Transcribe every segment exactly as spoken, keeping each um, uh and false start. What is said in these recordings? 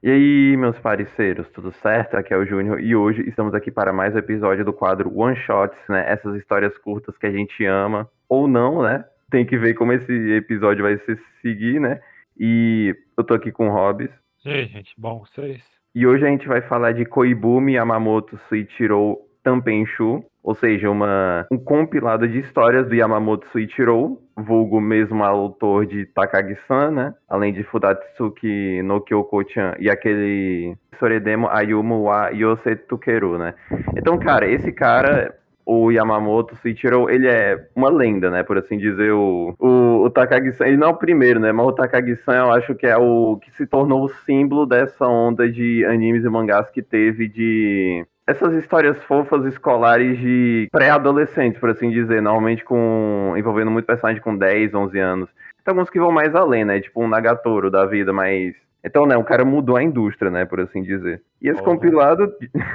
E aí, meus parceiros, tudo certo? Aqui é o Júnior e hoje estamos aqui para mais um episódio do quadro One Shots, né? Essas histórias curtas que a gente ama ou não, né? Tem que ver como esse episódio vai se seguir, né? E eu tô aqui com o Hobbs. E aí, gente, bom, vocês? E hoje a gente vai falar de Koibumi Yamamoto Suichiro Tanpenshu, ou seja, uma, um compilado de histórias do Yamamoto Suichiro, vulgo mesmo autor de Takagi-san, né? Além de Fudatsuki no Kyoko-chan e aquele Soredemo Ayumu wa Yosetukeru, né? Então, cara, esse cara o Yamamoto Suichiro, ele é uma lenda, né, por assim dizer, o, o, o Takagi-san, ele não é o primeiro, né, mas o Takagi-san eu acho que é o que se tornou o símbolo dessa onda de animes e mangás que teve de essas histórias fofas escolares de pré-adolescentes, por assim dizer, normalmente com envolvendo muito personagem com dez, onze anos. Tem alguns que vão mais além, né, tipo um Nagatoro da vida, mas então, né, o cara mudou a indústria, né, por assim dizer. E esse Porra. compilado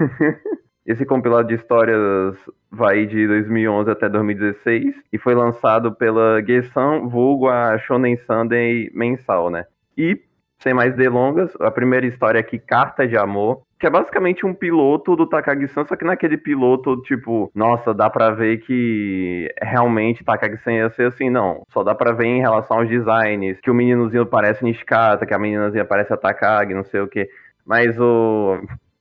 esse compilado de histórias vai de dois mil e onze até dois mil e dezesseis e foi lançado pela Gesan, vulgo a Shonen Sunday mensal, né? E, sem mais delongas, a primeira história aqui, Carta de Amor, que é basicamente um piloto do Takagi-san, só que naquele piloto, tipo, nossa, dá pra ver que realmente Takagi-san ia ser assim, não. Só dá pra ver em relação aos designs, que o meninozinho parece Nishikata, que a meninazinha parece a Takagi, não sei o que. Mas o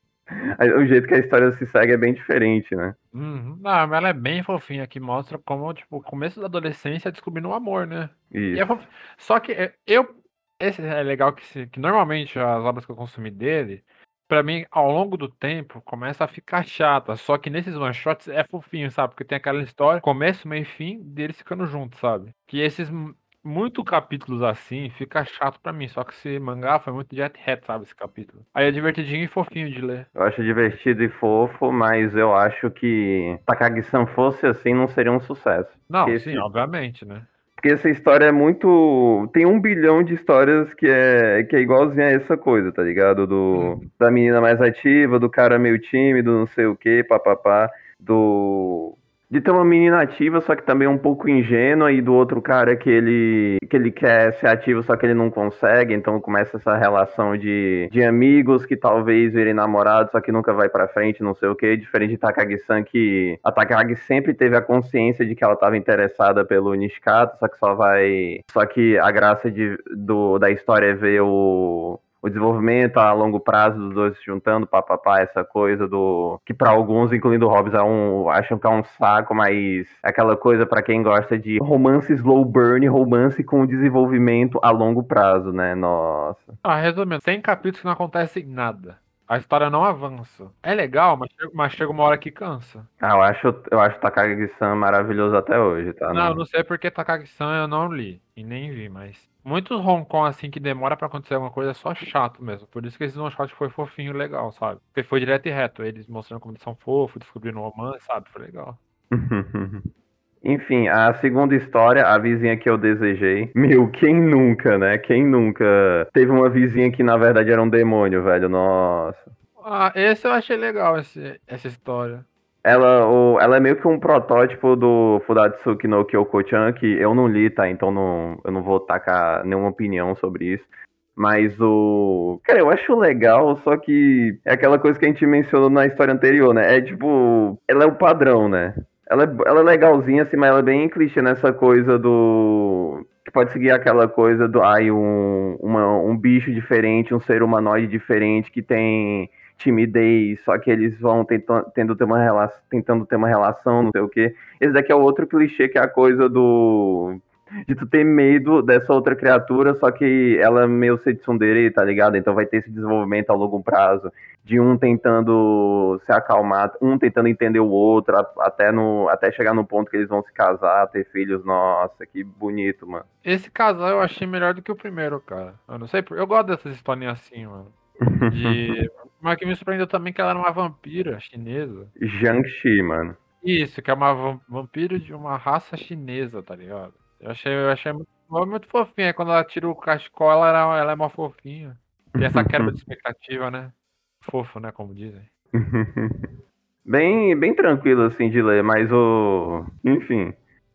o jeito que a história se segue é bem diferente, né? Uhum. Não, mas ela é bem fofinha, que mostra como, tipo, o começo da adolescência descobrindo o amor, né? E é Isso. fof... Só que é, eu. Esse é legal que, se- que normalmente as obras que eu consumi dele, pra mim, ao longo do tempo, começa a ficar chata. Só que nesses one shots é fofinho, sabe? Porque tem aquela história, começo, meio e fim, deles ficando juntos, sabe? Que esses m- muito capítulos assim fica chato pra mim. Só que esse mangá foi muito direto e reto, sabe? Esse capítulo. Aí é divertidinho e fofinho de ler. Eu acho divertido e fofo, mas eu acho que Takagi-san fosse assim não seria um sucesso. Porque, Não, sim, esse, obviamente, né? porque essa história é muito. Tem um bilhão de histórias que é, que é igualzinha a essa coisa, tá ligado? Do, Uhum. da menina mais ativa, do cara meio tímido, não sei o que, papapá. Do, de ter uma menina ativa, só que também um pouco ingênua, e do outro cara que ele, que ele quer ser ativo, só que ele não consegue, então começa essa relação de, de amigos que talvez virem namorados, só que nunca vai pra frente, não sei o que, diferente de Takagi-san, que a Takagi sempre teve a consciência de que ela estava interessada pelo Nishikata, só que só vai... Só que a graça de, do, da história é ver o, o desenvolvimento a longo prazo dos dois se juntando, papapá, essa coisa do que para alguns, incluindo o Hobbes, é um, acham que é um saco, mas é aquela coisa para quem gosta de romance slow burn, romance com desenvolvimento a longo prazo, né? Nossa. Ah, resumindo, tem capítulos que não acontecem nada. A história não avança. É legal, mas chega, mas chega uma hora que cansa. Ah, eu acho, eu acho Takagi-san maravilhoso até hoje, tá? Não, eu Não... não sei porque Takagi-san eu não li e nem vi, mas muitos Hong Kong assim que demora pra acontecer alguma coisa é só chato mesmo. Por isso que esse one shot foi fofinho e legal, sabe? Porque foi direto e reto, eles mostrando como eles são fofos, descobrindo o romance, sabe? Foi legal. Enfim, a segunda história, a vizinha que eu desejei. Meu, quem nunca, né? Quem nunca teve uma vizinha que na verdade era um demônio, velho? Nossa. Ah, esse eu achei legal, esse, essa história. Ela, o, ela é meio que um protótipo do Fudatsuki no Kyoko-chan, que eu não li, tá? Então não, eu não vou tacar nenhuma opinião sobre isso. Mas o. Cara, eu acho legal, só que é aquela coisa que a gente mencionou na história anterior, né? É tipo. Ela é o padrão, né? Ela é, ela é legalzinha, assim, mas ela é bem clichê nessa coisa do. Que pode seguir aquela coisa do. Ai, um, uma, um bicho diferente, um ser humanoide diferente que tem timidez, só que eles vão tentando, tendo ter uma relação, tentando ter uma relação, não sei o quê. Esse daqui é o outro clichê, que é a coisa do de tu ter medo dessa outra criatura, só que ela é meio ser tsundere, tá ligado? Então vai ter esse desenvolvimento a longo prazo, de um tentando se acalmar, um tentando entender o outro, até, no, até chegar no ponto que eles vão se casar, ter filhos. Nossa, que bonito, mano. Esse casal eu achei melhor do que o primeiro, cara. Eu não sei, por- eu gosto dessas historinhas assim, mano. De. Mas que me surpreendeu também que ela era uma vampira chinesa. Jiangxi, mano. Isso, que é uma vam- vampiro de uma raça chinesa, tá ligado? Eu achei, eu achei muito, muito fofinha. Quando ela tira o cachecol, ela, era- ela é uma fofinha. Tem essa quebra de expectativa, né? Fofo, né? Como dizem. Bem, bem tranquilo assim de ler, mas o. Enfim.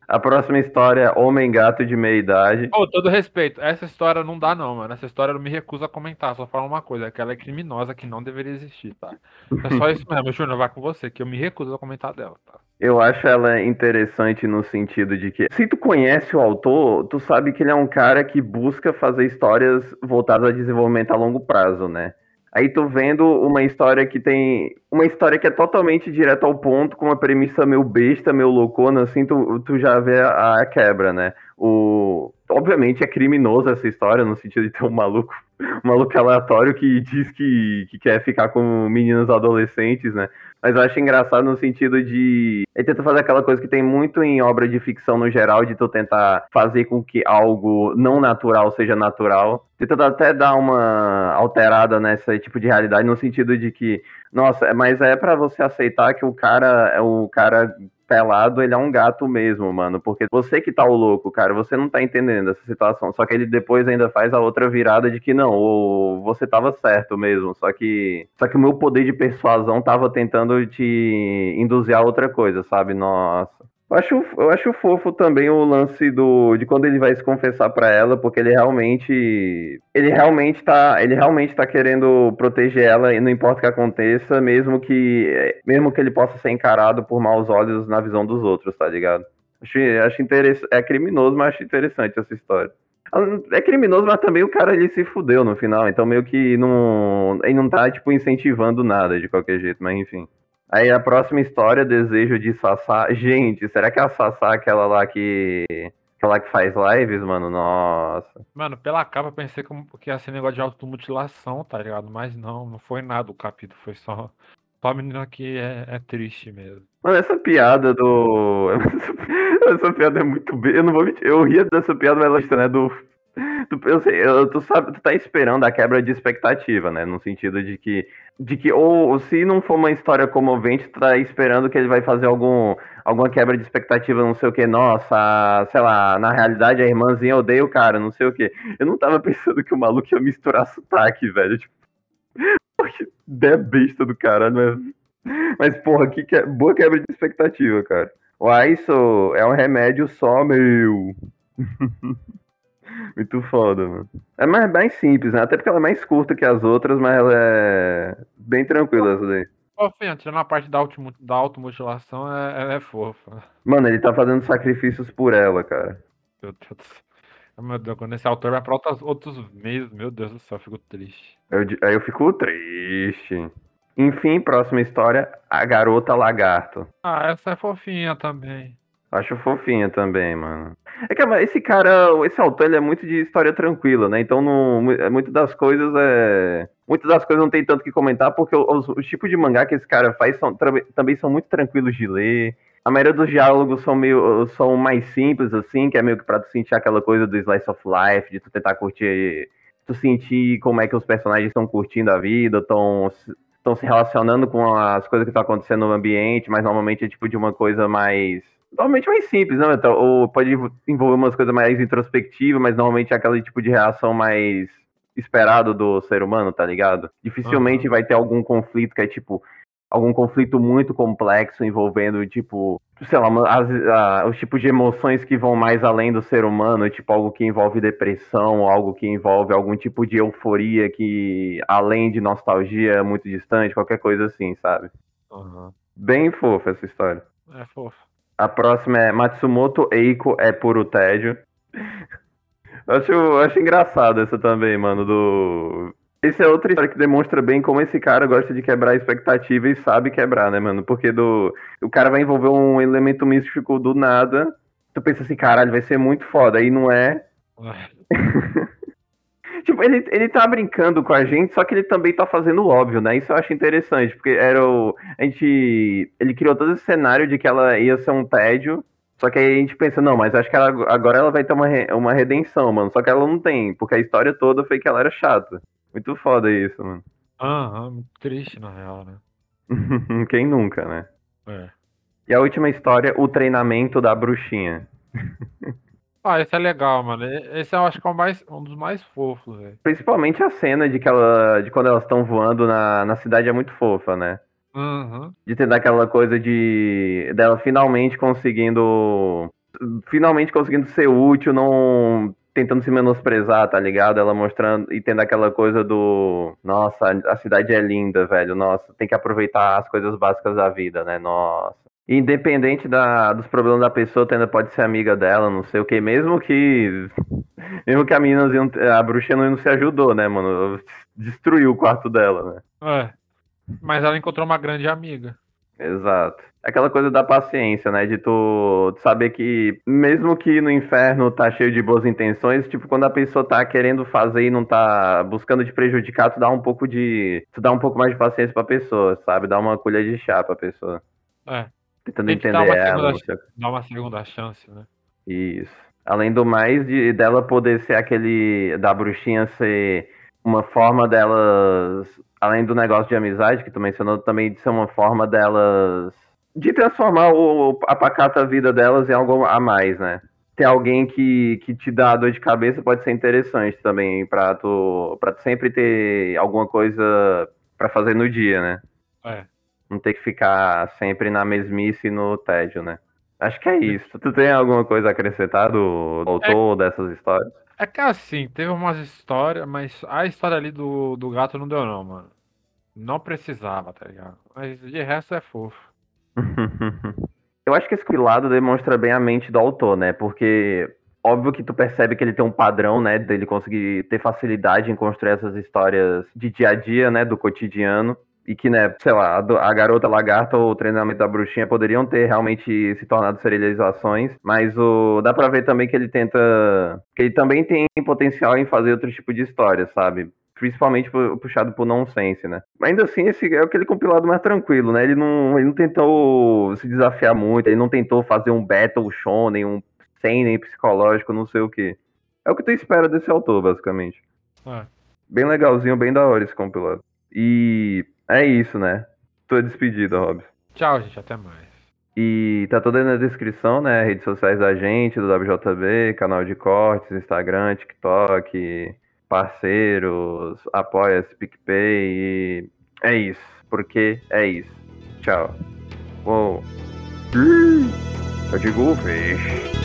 A próxima história, Homem Gato de Meia Idade. Pô, todo respeito, essa história não dá não, mano. Essa história eu me recuso a comentar, só falo uma coisa, é que ela é criminosa, que não deveria existir, tá? É só isso mesmo, Júnior, vai com você, que eu me recuso a comentar dela, tá? Eu acho ela interessante no sentido de que, se tu conhece o autor, tu sabe que ele é um cara que busca fazer histórias voltadas a desenvolvimento a longo prazo, né? Aí tu vendo uma história que tem. Uma história que é totalmente direto ao ponto, com uma premissa meio besta, meio loucona, assim, tu, tu já vê a, a quebra, né? O... Obviamente é criminoso essa história, no sentido de ter um maluco, um maluco aleatório que diz que, que quer ficar com meninas adolescentes, né? Mas eu acho engraçado no sentido de. Ele tenta fazer aquela coisa que tem muito em obra de ficção no geral, de tu tentar fazer com que algo não natural seja natural. Tentando até dar uma alterada nesse tipo de realidade, no sentido de que, nossa, mas é pra você aceitar que o cara é o cara pelado, ele é um gato mesmo, mano. Porque você que tá o louco, cara, você não tá entendendo essa situação. Só que ele depois ainda faz a outra virada de que não, ou você tava certo mesmo. Só que. Só que o meu poder de persuasão tava tentando te induzir a outra coisa, sabe? Nossa. Eu acho, eu acho fofo também o lance do de quando ele vai se confessar pra ela, porque ele realmente ele realmente tá, ele realmente tá querendo proteger ela e não importa o que aconteça, mesmo que mesmo que ele possa ser encarado por maus olhos na visão dos outros, tá ligado? Acho, acho interessante, é criminoso, mas acho interessante essa história. É criminoso, mas também o cara ele se fudeu no final, então meio que não, ele não tá tipo incentivando nada de qualquer jeito, mas enfim. Aí a próxima história, Desejo de Sassá. Gente, será que a Sassá é aquela lá que. Aquela que faz lives, mano? Nossa. Mano, pela capa eu pensei que que ia ser negócio de automutilação, tá ligado? Mas não, não foi nada o capítulo, foi só. Só a menina que é, é triste mesmo. Mano, essa piada do. Essa piada é muito. Eu não vou mentir. Eu ria dessa piada, mas ela né? Do. Tu, eu sei, eu, tu sabe, tu tá esperando a quebra de expectativa, né? No sentido de que, de que ou, ou se não for uma história comovente, tu tá esperando que ele vai fazer algum, alguma quebra de expectativa, não sei o que, nossa, sei lá, na realidade a irmãzinha odeia o cara, não sei o que. Eu não tava pensando que o maluco ia misturar sotaque, velho. Tipo, que ideia besta do caralho, mas, mas porra, que, que boa quebra de expectativa, cara. O isso é um remédio só, meu. Muito foda, mano. É mais, mais simples, né? Até porque ela é mais curta que as outras, mas ela é bem tranquila essa daí. Fofinha, tirando a parte da, automu da automutilação, é, ela é fofa. Mano, ele tá fazendo sacrifícios por ela, cara. Meu Deus do céu. Meu Deus, quando esse autor vai pra outros, outros meios, meu Deus do céu, eu fico triste. Eu, aí eu fico triste. Enfim, próxima história, A Garota Lagarto. Ah, essa é fofinha também. Acho fofinha também, mano. É que esse cara, esse autor, ele é muito de história tranquila, né? Então, não, muitas das coisas é. Muitas das coisas não tem tanto que comentar, porque os, os tipos de mangá que esse cara faz são, também são muito tranquilos de ler. A maioria dos diálogos são meio são mais simples, assim, que é meio que pra tu sentir aquela coisa do slice of life, de tu tentar curtir, tu sentir como é que os personagens estão curtindo a vida, estão estão se relacionando com as coisas que estão acontecendo no ambiente, mas normalmente é tipo de uma coisa mais normalmente mais simples, né? Então, ou pode envolver umas coisas mais introspectivas, mas normalmente é aquele tipo de reação mais esperado do ser humano, tá ligado? Dificilmente uhum. vai ter algum conflito que é tipo algum conflito muito complexo envolvendo, tipo, sei lá, as, a, os tipos de emoções que vão mais além do ser humano, tipo algo que envolve depressão, algo que envolve algum tipo de euforia que, além de nostalgia, é muito distante, qualquer coisa assim, sabe? Uhum. Bem fofa essa história. É fofa. A próxima é Matsumoto Eiko é puro tédio. acho, acho engraçado essa também, mano, do... Esse é outra história que demonstra bem como esse cara gosta de quebrar a expectativa e sabe quebrar, né, mano? Porque do... o cara vai envolver um elemento místico do nada, tu pensa assim, caralho, vai ser muito foda, aí não é. Tipo, ele, ele tá brincando com a gente, só que ele também tá fazendo o óbvio, né? Isso eu acho interessante, porque era o... A gente... Ele criou todo esse cenário de que ela ia ser um tédio, só que aí a gente pensa, não, mas acho que ela, agora ela vai ter uma, re... uma redenção, mano. Só que ela não tem, porque a história toda foi que ela era chata. Muito foda isso, mano. Aham, muito triste, na real, né? Quem nunca, né? É. E a última história, o treinamento da bruxinha. Ah, esse é legal, mano. Esse eu acho que é o mais, um dos mais fofos, velho. Principalmente a cena de, que ela, de quando elas estão voando na, na cidade é muito fofa, né? Uhum. De ter daquela coisa de dela finalmente conseguindo finalmente conseguindo ser útil, não tentando se menosprezar, tá ligado? Ela mostrando e tendo aquela coisa do, nossa, a cidade é linda, velho, nossa, tem que aproveitar as coisas básicas da vida, né? Nossa. Independente da, dos problemas da pessoa, tu ainda pode ser amiga dela, não sei o que, mesmo que mesmo que a meninazinha, a bruxa não, não se ajudou, né, mano? Destruiu o quarto dela, né? É. Mas ela encontrou uma grande amiga. Exato. Aquela coisa da paciência, né? De tu de saber que, mesmo que no inferno tá cheio de boas intenções, tipo, quando a pessoa tá querendo fazer e não tá buscando te prejudicar, tu dá um pouco de. Tu dá um pouco mais de paciência pra pessoa, sabe? Dá uma colher de chá pra pessoa. É. Tentando Tem que dar entender uma ela, segunda, não sei o que. dar uma segunda chance, né? Isso. Além do mais, de, dela poder ser aquele. Da bruxinha ser uma forma delas. Além do negócio de amizade que tu mencionou, também de ser uma forma delas. De transformar o, a pacata vida delas em algo a mais, né? Ter alguém que, que te dá dor de cabeça pode ser interessante também, pra tu, pra tu sempre ter alguma coisa pra fazer no dia, né? É. Não ter que ficar sempre na mesmice e no tédio, né? Acho que é isso. Tu tem alguma coisa a acrescentar do, do É, autor dessas histórias? é que assim, teve umas histórias, mas a história ali do, do gato não deu não, mano. Não precisava, tá ligado? Mas de resto é fofo. Eu acho que esse compilado demonstra bem a mente do autor, né? Porque óbvio que tu percebe que ele tem um padrão, né? Dele conseguir ter facilidade em construir essas histórias de dia a dia, né? Do cotidiano. E que, né, sei lá, a, do- a garota lagarta ou o treinamento da bruxinha poderiam ter realmente se tornado serializações, mas o, dá pra ver também que ele tenta. Que ele também tem potencial em fazer outro tipo de história, sabe? Principalmente pu- puxado por nonsense, né? Mas ainda assim, esse é aquele compilado mais tranquilo, né? Ele não, ele não tentou se desafiar muito, ele não tentou fazer um battle shonen, um seinen psicológico, não sei o que. É o que tu espera desse autor, basicamente. É. Bem legalzinho, bem da hora esse compilado. E é isso, né? Tô despedida, Robson. Tchau, gente. Até mais. E tá toda aí na descrição, né? Redes sociais da gente, do W J B, canal de cortes, Instagram, TikTok, parceiros, apoia-se, PicPay e é isso. Porque é isso. Tchau. Uou. Eu digo, vejo.